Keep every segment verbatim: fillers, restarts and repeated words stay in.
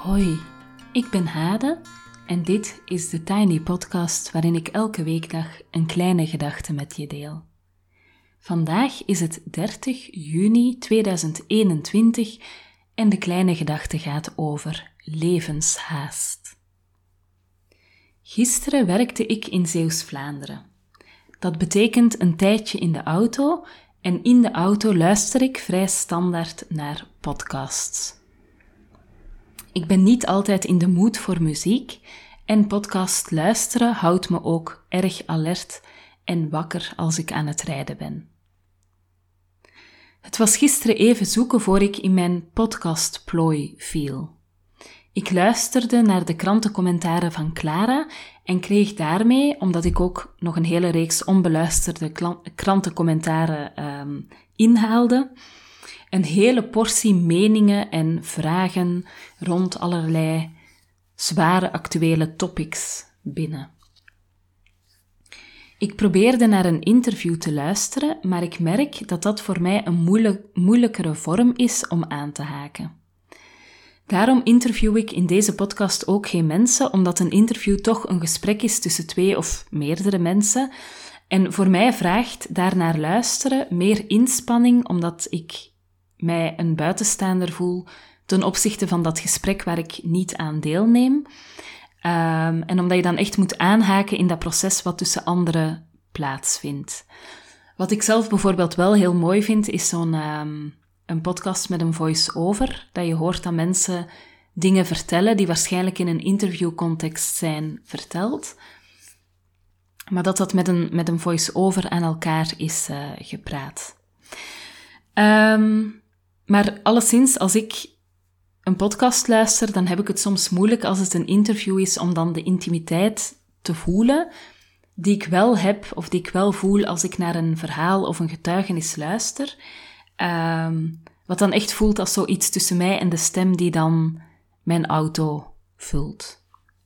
Hoi, ik ben Hade en dit is de Tiny Podcast waarin ik elke weekdag een kleine gedachte met je deel. Vandaag is het dertig juni tweeduizend eenentwintig en de kleine gedachte gaat over levenshaast. Gisteren werkte ik in Zeeuws-Vlaanderen. Dat betekent een tijdje in de auto en in de auto luister ik vrij standaard naar podcasts. Ik ben niet altijd in de mood voor muziek en podcast luisteren houdt me ook erg alert en wakker als ik aan het rijden ben. Het was gisteren even zoeken voor ik in mijn podcastplooi viel. Ik luisterde naar de krantencommentaren van Clara en kreeg daarmee, omdat ik ook nog een hele reeks onbeluisterde krantencommentaren um, inhaalde, een hele portie meningen en vragen rond allerlei zware actuele topics binnen. Ik probeerde naar een interview te luisteren, maar ik merk dat dat voor mij een moeilijk, moeilijkere vorm is om aan te haken. Daarom interview ik in deze podcast ook geen mensen, omdat een interview toch een gesprek is tussen twee of meerdere mensen. En voor mij vraagt daarnaar luisteren meer inspanning, omdat ik mij een buitenstaander voel ten opzichte van dat gesprek waar ik niet aan deelneem. Um, en omdat je dan echt moet aanhaken in dat proces wat tussen anderen plaatsvindt. Wat ik zelf bijvoorbeeld wel heel mooi vind, is zo'n um, een podcast met een voice-over, dat je hoort dat mensen dingen vertellen die waarschijnlijk in een interviewcontext zijn verteld, maar dat dat met een, met een voice-over aan elkaar is uh, gepraat. Um, maar alleszins, als ik een podcast luister, dan heb ik het soms moeilijk als het een interview is om dan de intimiteit te voelen die ik wel heb, of die ik wel voel als ik naar een verhaal of een getuigenis luister. Um, wat dan echt voelt als zoiets tussen mij en de stem die dan mijn auto vult.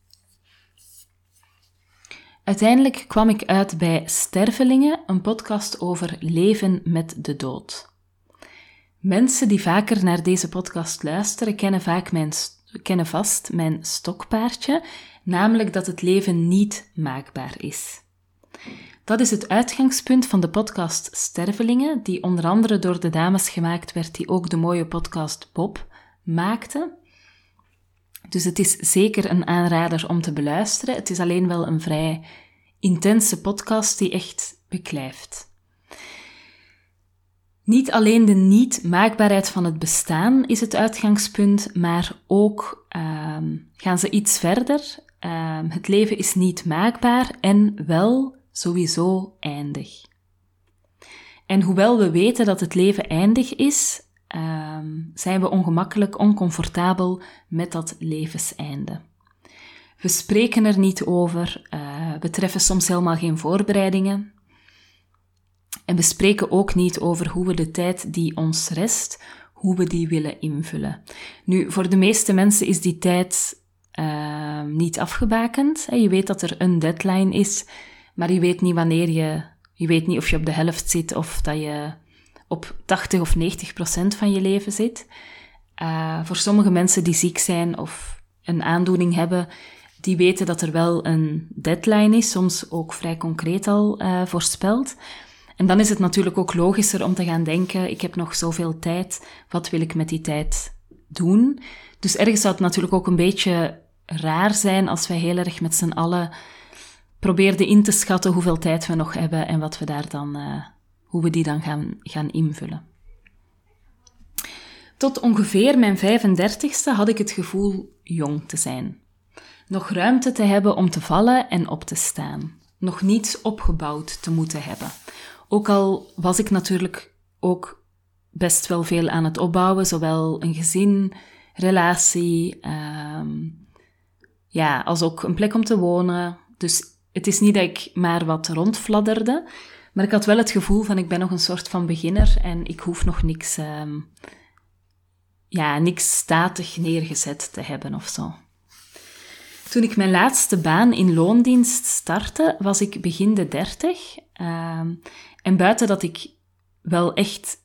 Uiteindelijk kwam ik uit bij Stervelingen, een podcast over leven met de dood. Mensen die vaker naar deze podcast luisteren, kennen, vaak mijn, kennen vast mijn stokpaardje, namelijk dat het leven niet maakbaar is. Dat is het uitgangspunt van de podcast Stervelingen, die onder andere door de dames gemaakt werd die ook de mooie podcast Bob maakten. Dus het is zeker een aanrader om te beluisteren. Het is alleen wel een vrij intense podcast die echt beklijft. Niet alleen de niet-maakbaarheid van het bestaan is het uitgangspunt, maar ook um, gaan ze iets verder. Um, het leven is niet maakbaar en wel sowieso eindig. En hoewel we weten dat het leven eindig is, um, zijn we ongemakkelijk, oncomfortabel met dat levenseinde. We spreken er niet over, uh, we treffen soms helemaal geen voorbereidingen. En we spreken ook niet over hoe we de tijd die ons rest, hoe we die willen invullen. Nu, voor de meeste mensen is die tijd uh, niet afgebakend. Je weet dat er een deadline is, maar je weet niet wanneer je... Je weet niet of je op de helft zit of dat je op tachtig of negentig procent van je leven zit. Uh, voor sommige mensen die ziek zijn of een aandoening hebben, die weten dat er wel een deadline is, soms ook vrij concreet al uh, voorspeld. En dan is het natuurlijk ook logischer om te gaan denken, ik heb nog zoveel tijd, wat wil ik met die tijd doen? Dus ergens zou het natuurlijk ook een beetje raar zijn als wij heel erg met z'n allen probeerden in te schatten hoeveel tijd we nog hebben en wat we daar dan, uh, hoe we die dan gaan, gaan invullen. Tot ongeveer mijn vijfendertigste had ik het gevoel jong te zijn. Nog ruimte te hebben om te vallen en op te staan. Nog niets opgebouwd te moeten hebben. Ook al was ik natuurlijk ook best wel veel aan het opbouwen, zowel een gezin, relatie, um, ja, als ook een plek om te wonen. Dus het is niet dat ik maar wat rondfladderde, maar ik had wel het gevoel van ik ben nog een soort van beginner en ik hoef nog niks, um, ja, niks statig neergezet te hebben of zo. Toen ik mijn laatste baan in loondienst startte, was ik begin de dertig. Um, en buiten dat ik wel echt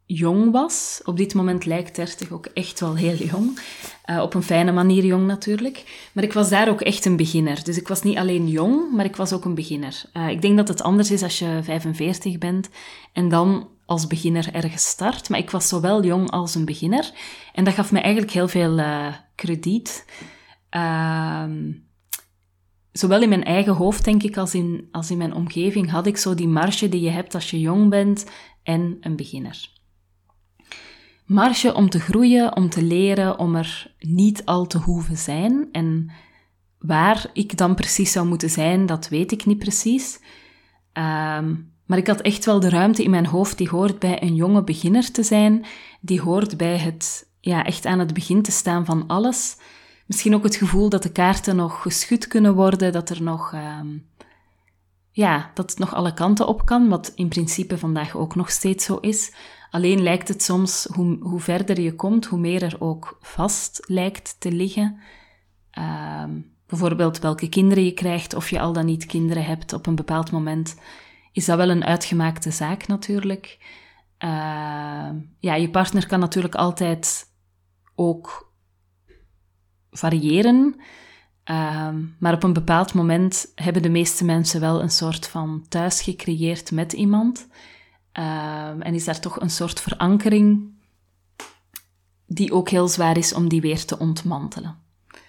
jong was. Op dit moment lijkt dertig ook echt wel heel jong. Uh, op een fijne manier jong natuurlijk. Maar ik was daar ook echt een beginner. Dus ik was niet alleen jong, maar ik was ook een beginner. Uh, ik denk dat het anders is als je vijfenveertig bent en dan als beginner ergens start. Maar ik was zowel jong als een beginner. En dat gaf me eigenlijk heel veel uh, krediet. Uh, zowel in mijn eigen hoofd, denk ik, als in, als in mijn omgeving had ik zo die marge die je hebt als je jong bent en een beginner. Marge om te groeien, om te leren, om er niet al te hoeven zijn. En waar ik dan precies zou moeten zijn, dat weet ik niet precies. Um, maar ik had echt wel de ruimte in mijn hoofd die hoort bij een jonge beginner te zijn. Die hoort bij het, ja, echt aan het begin te staan van alles. Misschien ook het gevoel dat de kaarten nog geschud kunnen worden, dat er nog, um, ja, dat het nog alle kanten op kan, wat in principe vandaag ook nog steeds zo is. Alleen lijkt het soms, hoe, hoe verder je komt, hoe meer er ook vast lijkt te liggen. Uh, bijvoorbeeld welke kinderen je krijgt, of je al dan niet kinderen hebt op een bepaald moment, is dat wel een uitgemaakte zaak natuurlijk. Uh, ja, je partner kan natuurlijk altijd ook variëren, uh, maar op een bepaald moment hebben de meeste mensen wel een soort van thuis gecreëerd met iemand. Uh, en is daar toch een soort verankering die ook heel zwaar is om die weer te ontmantelen.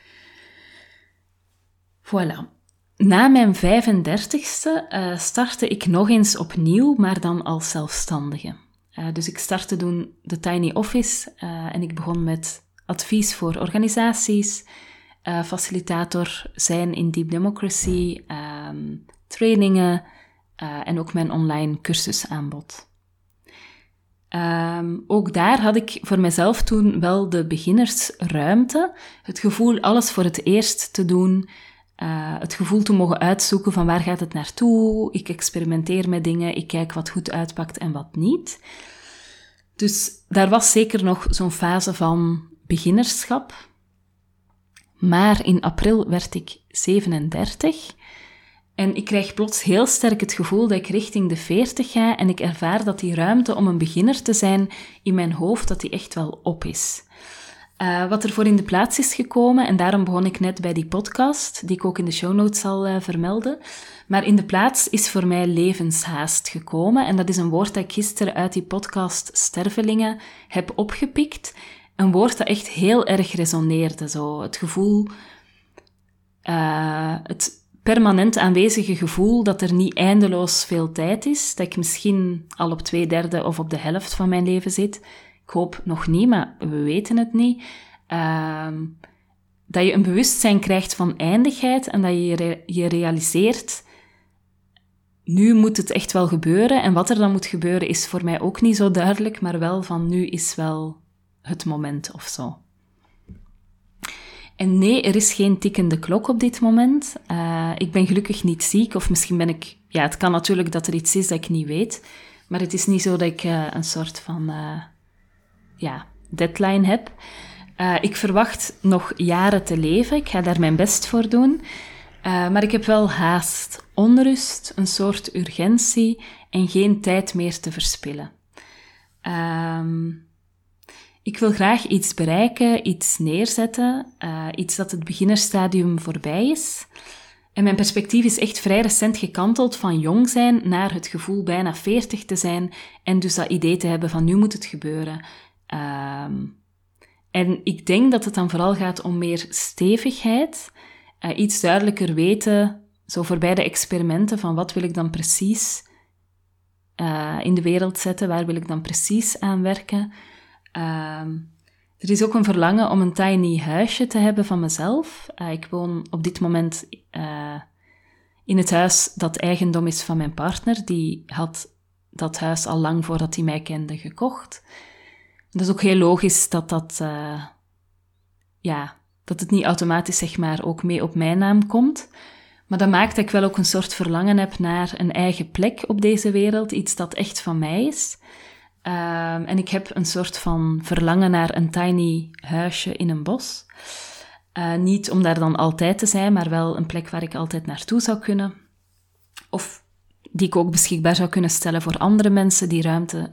Voilà. Na mijn vijfendertigste uh, startte ik nog eens opnieuw, maar dan als zelfstandige. Uh, dus ik startte toen de Tiny Office uh, en ik begon met advies voor organisaties, uh, facilitator zijn in Deep Democracy, uh, trainingen, Uh, en ook mijn online cursusaanbod. Um, ook daar had ik voor mezelf toen wel de beginnersruimte. Het gevoel alles voor het eerst te doen. Uh, het gevoel te mogen uitzoeken van waar gaat het naartoe. Ik experimenteer met dingen. Ik kijk wat goed uitpakt en wat niet. Dus daar was zeker nog zo'n fase van beginnerschap. Maar in april werd ik zevenendertig. En ik krijg plots heel sterk het gevoel dat ik richting de veertig ga en ik ervaar dat die ruimte om een beginner te zijn in mijn hoofd, dat die echt wel op is. Uh, wat er voor in de plaats is gekomen, en daarom begon ik net bij die podcast, die ik ook in de show notes zal uh, vermelden, maar in de plaats is voor mij levenshaast gekomen en dat is een woord dat ik gisteren uit die podcast Stervelingen heb opgepikt. Een woord dat echt heel erg resoneerde, zo het gevoel, uh, het permanent aanwezige gevoel dat er niet eindeloos veel tijd is, dat ik misschien al op twee derde of op de helft van mijn leven zit. Ik hoop nog niet, maar we weten het niet. Uh, dat je een bewustzijn krijgt van eindigheid en dat je re- je realiseert, nu moet het echt wel gebeuren. En wat er dan moet gebeuren is voor mij ook niet zo duidelijk, maar wel van nu is wel het moment of zo. En nee, er is geen tikkende klok op dit moment. Uh, ik ben gelukkig niet ziek, of misschien ben ik... Ja, het kan natuurlijk dat er iets is dat ik niet weet, maar het is niet zo dat ik uh, een soort van uh, ja, deadline heb. Uh, ik verwacht nog jaren te leven, ik ga daar mijn best voor doen, uh, maar ik heb wel haast, onrust, een soort urgentie en geen tijd meer te verspillen. Um, Ik wil graag iets bereiken, iets neerzetten, uh, iets dat het beginnersstadium voorbij is. En mijn perspectief is echt vrij recent gekanteld van jong zijn naar het gevoel bijna veertig te zijn en dus dat idee te hebben van nu moet het gebeuren. Um, en ik denk dat het dan vooral gaat om meer stevigheid, uh, iets duidelijker weten, zo voorbij de experimenten van wat wil ik dan precies uh, in de wereld zetten, waar wil ik dan precies aan werken. Uh, er is ook een verlangen om een tiny huisje te hebben van mezelf. Uh, ik woon op dit moment uh, in het huis dat eigendom is van mijn partner. Die had dat huis al lang voordat hij mij kende gekocht. Dat is ook heel logisch dat, dat, uh, ja, dat het niet automatisch zeg maar, ook mee op mijn naam komt. Maar dat maakt dat ik wel ook een soort verlangen heb naar een eigen plek op deze wereld. Iets dat echt van mij is. Uh, en ik heb een soort van verlangen naar een tiny huisje in een bos. Uh, niet om daar dan altijd te zijn, maar wel een plek waar ik altijd naartoe zou kunnen. Of die ik ook beschikbaar zou kunnen stellen voor andere mensen die ruimte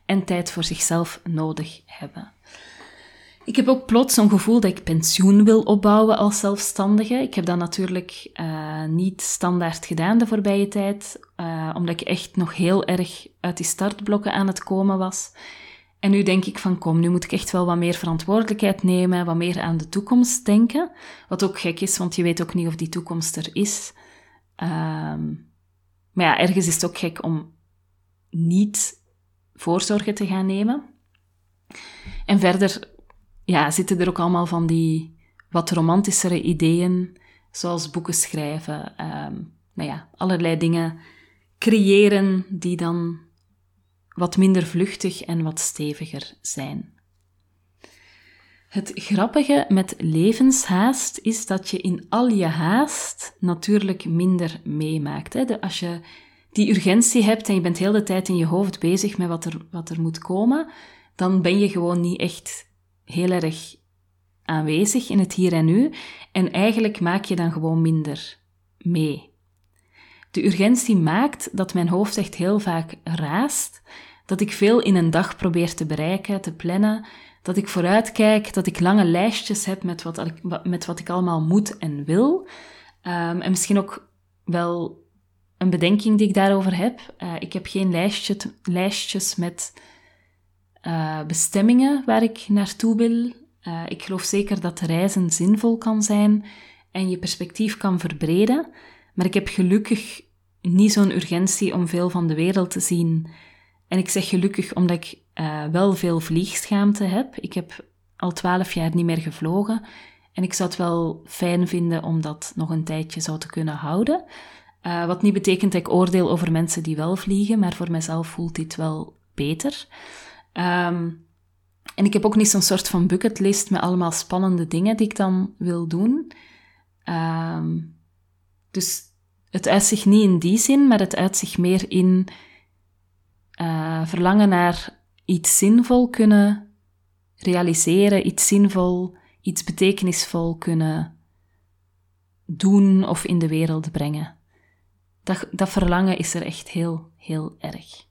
en tijd voor zichzelf nodig hebben. Ik heb ook plots zo'n gevoel dat ik pensioen wil opbouwen als zelfstandige. Ik heb dat natuurlijk uh, niet standaard gedaan de voorbije tijd, uh, omdat ik echt nog heel erg uit die startblokken aan het komen was. En nu denk ik van, kom, nu moet ik echt wel wat meer verantwoordelijkheid nemen, wat meer aan de toekomst denken. Wat ook gek is, want je weet ook niet of die toekomst er is. Um, maar ja, ergens is het ook gek om niet voorzorgen te gaan nemen. En verder ja, zitten er ook allemaal van die wat romantischere ideeën, zoals boeken schrijven, um, nou ja, allerlei dingen creëren die dan wat minder vluchtig en wat steviger zijn. Het grappige met levenshaast is dat je in al je haast natuurlijk minder meemaakt. Hè? De, als je die urgentie hebt en je bent heel de tijd in je hoofd bezig met wat er, wat er moet komen, dan ben je gewoon niet echt heel erg aanwezig in het hier en nu. En eigenlijk maak je dan gewoon minder mee. De urgentie maakt dat mijn hoofd echt heel vaak raast, dat ik veel in een dag probeer te bereiken, te plannen, dat ik vooruitkijk, dat ik lange lijstjes heb met wat ik, met wat ik allemaal moet en wil. Um, en misschien ook wel een bedenking die ik daarover heb. Uh, ik heb geen lijstje, lijstjes met uh, bestemmingen waar ik naartoe wil. Uh, ik geloof zeker dat reizen zinvol kan zijn en je perspectief kan verbreden. Maar ik heb gelukkig niet zo'n urgentie om veel van de wereld te zien. En ik zeg gelukkig omdat ik uh, wel veel vliegschaamte heb. Ik heb al twaalf jaar niet meer gevlogen. En ik zou het wel fijn vinden om dat nog een tijdje zo te kunnen houden. Uh, wat niet betekent dat ik oordeel over mensen die wel vliegen, maar voor mijzelf voelt dit wel beter. Um, en ik heb ook niet zo'n soort van bucketlist met allemaal spannende dingen die ik dan wil doen. Um, dus het uit zich niet in die zin, maar het uit zich meer in uh, verlangen naar iets zinvol kunnen realiseren, iets zinvol, iets betekenisvol kunnen doen of in de wereld brengen. Dat, dat verlangen is er echt heel, heel erg.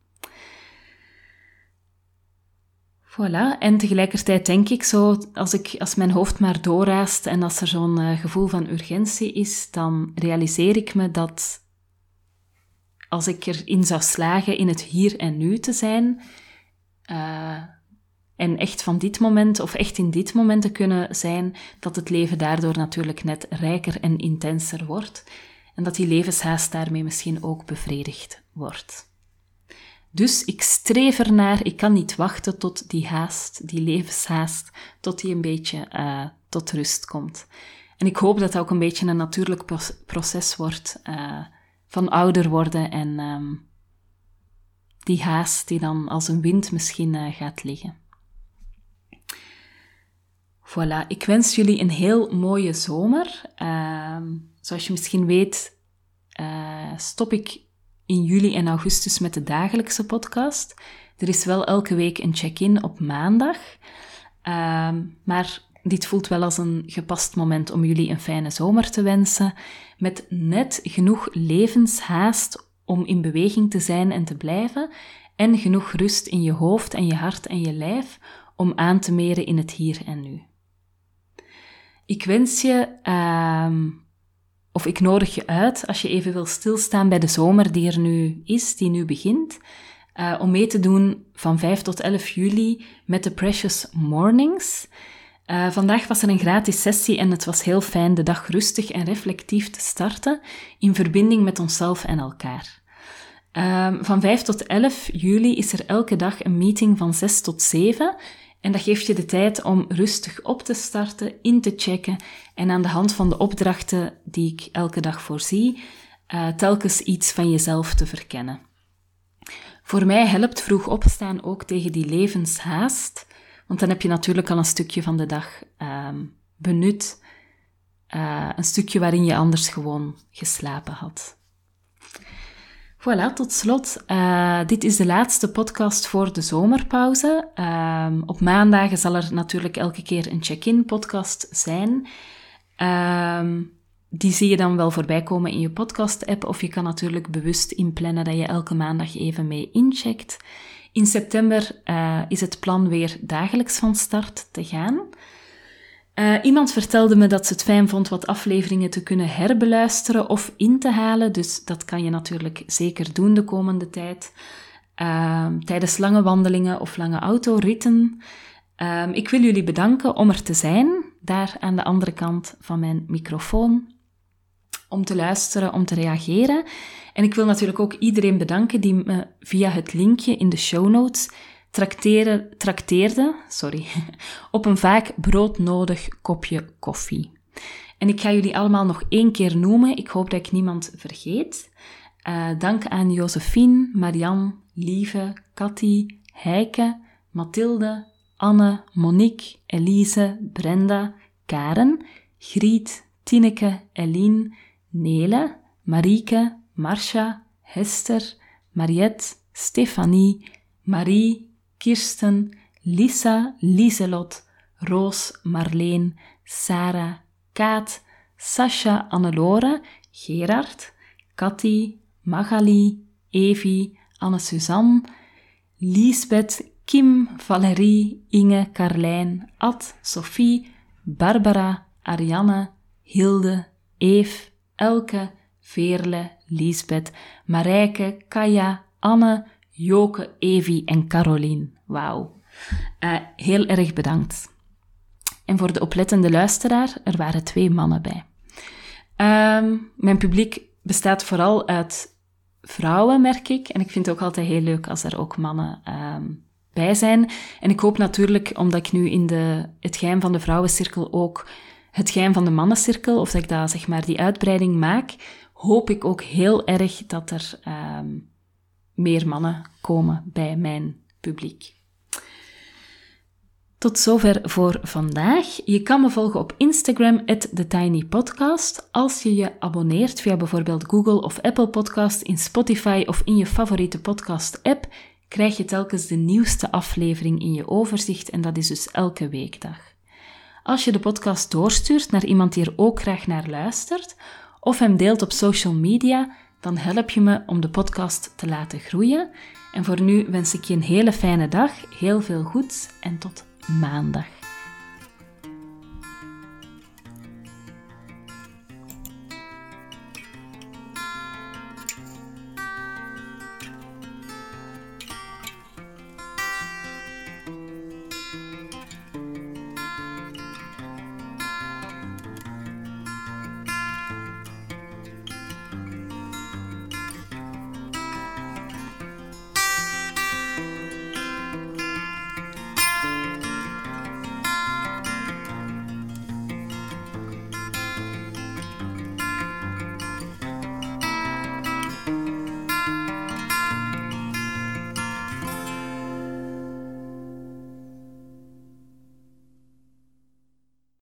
Voilà, en tegelijkertijd denk ik zo, als, ik, als mijn hoofd maar doorraast en als er zo'n uh, gevoel van urgentie is, dan realiseer ik me dat als ik erin zou slagen in het hier en nu te zijn, uh, en echt van dit moment, of echt in dit moment te kunnen zijn, dat het leven daardoor natuurlijk net rijker en intenser wordt. En dat die levenshaast daarmee misschien ook bevredigd wordt. Dus ik streef ernaar, ik kan niet wachten tot die haast, die levenshaast, tot die een beetje uh, tot rust komt. En ik hoop dat dat ook een beetje een natuurlijk proces wordt uh, van ouder worden en um, die haast die dan als een wind misschien uh, gaat liggen. Voilà, ik wens jullie een heel mooie zomer. Uh, zoals je misschien weet, uh, stop ik in juli en augustus met de dagelijkse podcast. Er is wel elke week een check-in op maandag. Uh, maar dit voelt wel als een gepast moment om jullie een fijne zomer te wensen. Met net genoeg levenshaast om in beweging te zijn en te blijven. En genoeg rust in je hoofd en je hart en je lijf om aan te meren in het hier en nu. Ik wens je, uh, of ik nodig je uit, als je even wil stilstaan bij de zomer die er nu is, die nu begint, uh, om mee te doen van vijf tot elf juli met de Precious Mornings. Uh, vandaag was er een gratis sessie en het was heel fijn de dag rustig en reflectief te starten in verbinding met onszelf en elkaar. Uh, van vijf tot elf juli is er elke dag een meeting van zes tot zeven. En dat geeft je de tijd om rustig op te starten, in te checken en aan de hand van de opdrachten die ik elke dag voorzie, uh, telkens iets van jezelf te verkennen. Voor mij helpt vroeg opstaan ook tegen die levenshaast, want dan heb je natuurlijk al een stukje van de dag uh, benut, uh, een stukje waarin je anders gewoon geslapen had. Voilà, tot slot. Uh, dit is de laatste podcast voor de zomerpauze. Uh, op maandagen zal er natuurlijk elke keer een check-in podcast zijn. Uh, die zie je dan wel voorbij komen in je podcast-app. Of je kan natuurlijk bewust inplannen dat je elke maandag even mee incheckt. In september uh, is het plan weer dagelijks van start te gaan. Uh, iemand vertelde me dat ze het fijn vond wat afleveringen te kunnen herbeluisteren of in te halen, dus dat kan je natuurlijk zeker doen de komende tijd. Uh, tijdens lange wandelingen of lange autoritten. Uh, ik wil jullie bedanken om er te zijn, daar aan de andere kant van mijn microfoon, om te luisteren, om te reageren. En ik wil natuurlijk ook iedereen bedanken die me via het linkje in de show notes trakteerde sorry, op een vaak broodnodig kopje koffie. En ik ga jullie allemaal nog één keer noemen. Ik hoop dat ik niemand vergeet. Uh, dank aan Josephine, Marianne, Lieve, Cathy, Heike, Mathilde, Anne, Monique, Elise, Brenda, Karen, Griet, Tineke, Eline, Nele, Marieke, Marcia, Hester, Mariette, Stefanie, Marie, Kirsten, Lisa, Lieselot, Roos, Marleen, Sarah, Kaat, Sascha, Annelore, Gerard, Cathy, Magali, Evie, Anne-Suzanne, Liesbeth, Kim, Valerie, Inge, Carlijn, Ad, Sophie, Barbara, Ariane, Hilde, Eve, Elke, Veerle, Liesbeth, Marijke, Kaya, Anne, Joke, Evie en Carolien. Wauw. Uh, heel erg bedankt. En voor de oplettende luisteraar, er waren twee mannen bij. Um, mijn publiek bestaat vooral uit vrouwen, merk ik. En ik vind het ook altijd heel leuk als er ook mannen um, bij zijn. En ik hoop natuurlijk, omdat ik nu in de, het geheim van de vrouwencirkel ook het geheim van de mannencirkel, of dat ik dat, zeg maar, die uitbreiding maak, hoop ik ook heel erg dat er um, meer mannen komen bij mijn publiek. Tot zover voor vandaag. Je kan me volgen op Instagram, at thetinypodcast. Als je je abonneert via bijvoorbeeld Google of Apple Podcast, in Spotify of in je favoriete podcast-app, krijg je telkens de nieuwste aflevering in je overzicht en dat is dus elke weekdag. Als je de podcast doorstuurt naar iemand die er ook graag naar luistert, of hem deelt op social media, dan help je me om de podcast te laten groeien. En voor nu wens ik je een hele fijne dag, heel veel goeds en tot maandag.